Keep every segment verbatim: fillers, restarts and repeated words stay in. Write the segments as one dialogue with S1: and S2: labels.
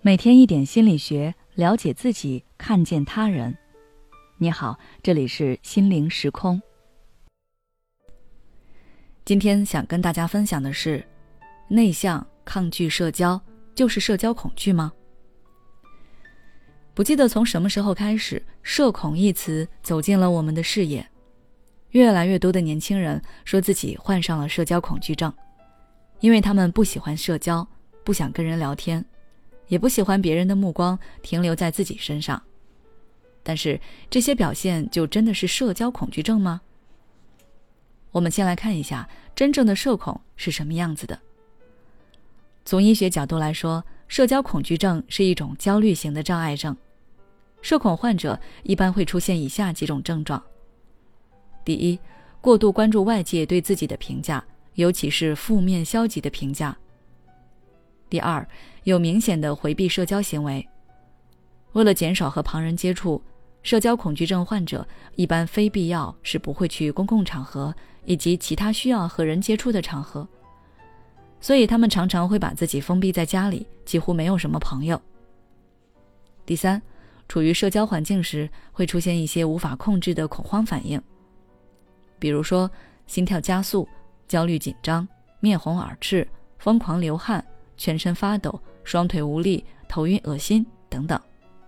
S1: 每天一点心理学，了解自己，看见他人。你好，这里是心灵时空。今天想跟大家分享的是，内向、抗拒社交，就是社交恐惧吗？不记得从什么时候开始，社恐一词走进了我们的视野。越来越多的年轻人说自己患上了社交恐惧症，因为他们不喜欢社交，不想跟人聊天，也不喜欢别人的目光停留在自己身上。但是这些表现就真的是社交恐惧症吗？我们先来看一下真正的社恐是什么样子的。从医学角度来说，社交恐惧症是一种焦虑型的障碍症。社恐患者一般会出现以下几种症状。第一，过度关注外界对自己的评价，尤其是负面消极的评价。第二，有明显的回避社交行为。为了减少和旁人接触，社交恐惧症患者一般非必要是不会去公共场合以及其他需要和人接触的场合，所以他们常常会把自己封闭在家里，几乎没有什么朋友。第三，处于社交环境时会出现一些无法控制的恐慌反应，比如说心跳加速、焦虑紧张、面红耳赤、疯狂流汗、全身发抖、双腿无力、头晕恶心等等。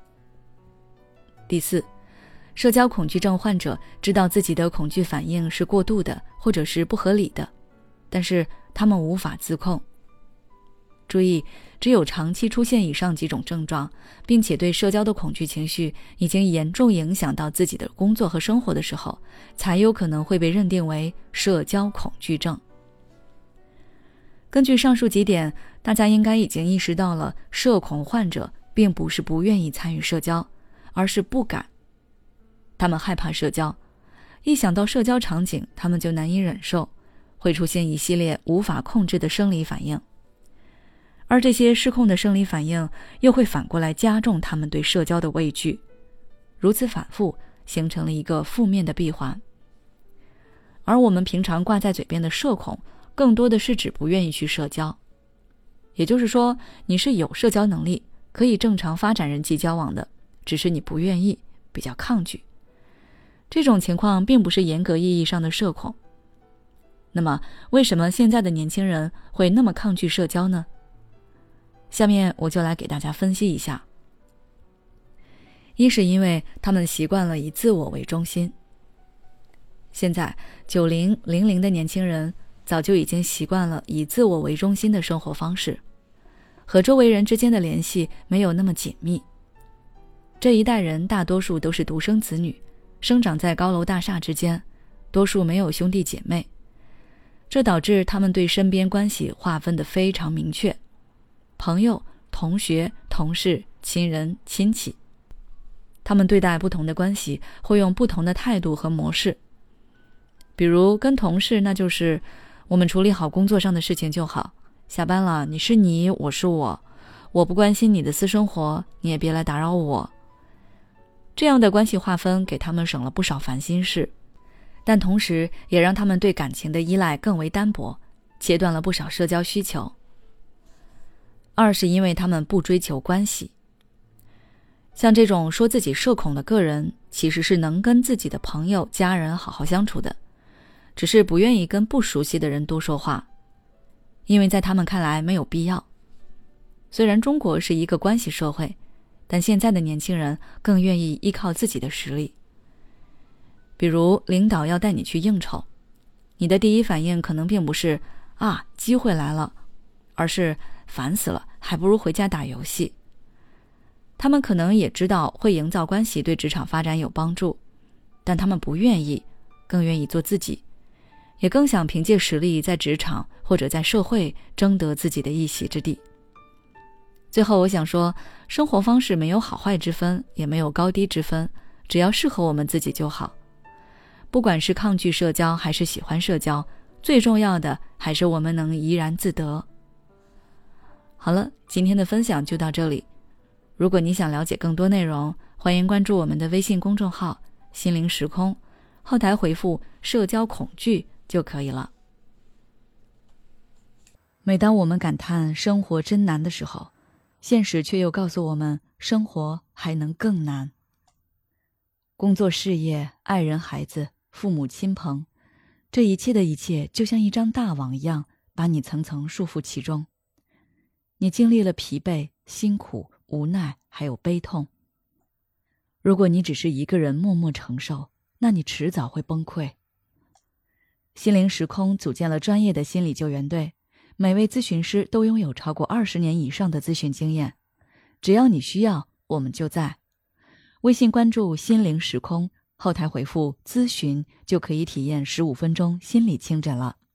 S1: 第四，社交恐惧症患者知道自己的恐惧反应是过度的或者是不合理的，但是他们无法自控。注意，只有长期出现以上几种症状，并且对社交的恐惧情绪已经严重影响到自己的工作和生活的时候，才有可能会被认定为社交恐惧症。根据上述几点，大家应该已经意识到了，社恐患者并不是不愿意参与社交，而是不敢。他们害怕社交，一想到社交场景，他们就难以忍受，会出现一系列无法控制的生理反应。而这些失控的生理反应又会反过来加重他们对社交的畏惧，如此反复，形成了一个负面的闭环。而我们平常挂在嘴边的社恐，更多的是指不愿意去社交。也就是说，你是有社交能力，可以正常发展人际交往的，只是你不愿意，比较抗拒。这种情况并不是严格意义上的社恐。那么，为什么现在的年轻人会那么抗拒社交呢？下面我就来给大家分析一下。一是因为他们习惯了以自我为中心。现在九零、零零的年轻人早就已经习惯了以自我为中心的生活方式，和周围人之间的联系没有那么紧密。这一代人大多数都是独生子女，生长在高楼大厦之间，多数没有兄弟姐妹，这导致他们对身边关系划分得非常明确。朋友、同学、同事、亲人、亲戚，他们对待不同的关系会用不同的态度和模式。比如跟同事，那就是我们处理好工作上的事情就好，下班了你是你，我是我，我不关心你的私生活，你也别来打扰我。这样的关系划分给他们省了不少烦心事，但同时也让他们对感情的依赖更为单薄，切断了不少社交需求。二是因为他们不追求关系。像这种说自己社恐的个人，其实是能跟自己的朋友、家人好好相处的，只是不愿意跟不熟悉的人多说话，因为在他们看来没有必要。虽然中国是一个关系社会，但现在的年轻人更愿意依靠自己的实力。比如领导要带你去应酬，你的第一反应可能并不是啊，机会来了，而是烦死了，还不如回家打游戏。他们可能也知道会营造关系对职场发展有帮助，但他们不愿意，更愿意做自己，也更想凭借实力在职场或者在社会争得自己的一席之地。最后我想说，生活方式没有好坏之分，也没有高低之分，只要适合我们自己就好。不管是抗拒社交还是喜欢社交，最重要的还是我们能怡然自得。好了，今天的分享就到这里。如果你想了解更多内容，欢迎关注我们的微信公众号心灵时空，后台回复社交恐惧就可以了。每当我们感叹生活真难的时候， 现实却又告诉我们，生活还能更难。工作、事业、爱人、孩子、父母亲朋，这一切的一切就像一张大网一样，把你层层束缚其中。你经历了疲惫、辛苦、无奈，还有悲痛。如果你只是一个人默默承受，那你迟早会崩溃。心灵时空组建了专业的心理救援队，每位咨询师都拥有超过二十年以上的咨询经验。只要你需要，我们就在。微信关注心灵时空，后台回复咨询就可以体验十五分钟心理清诊了。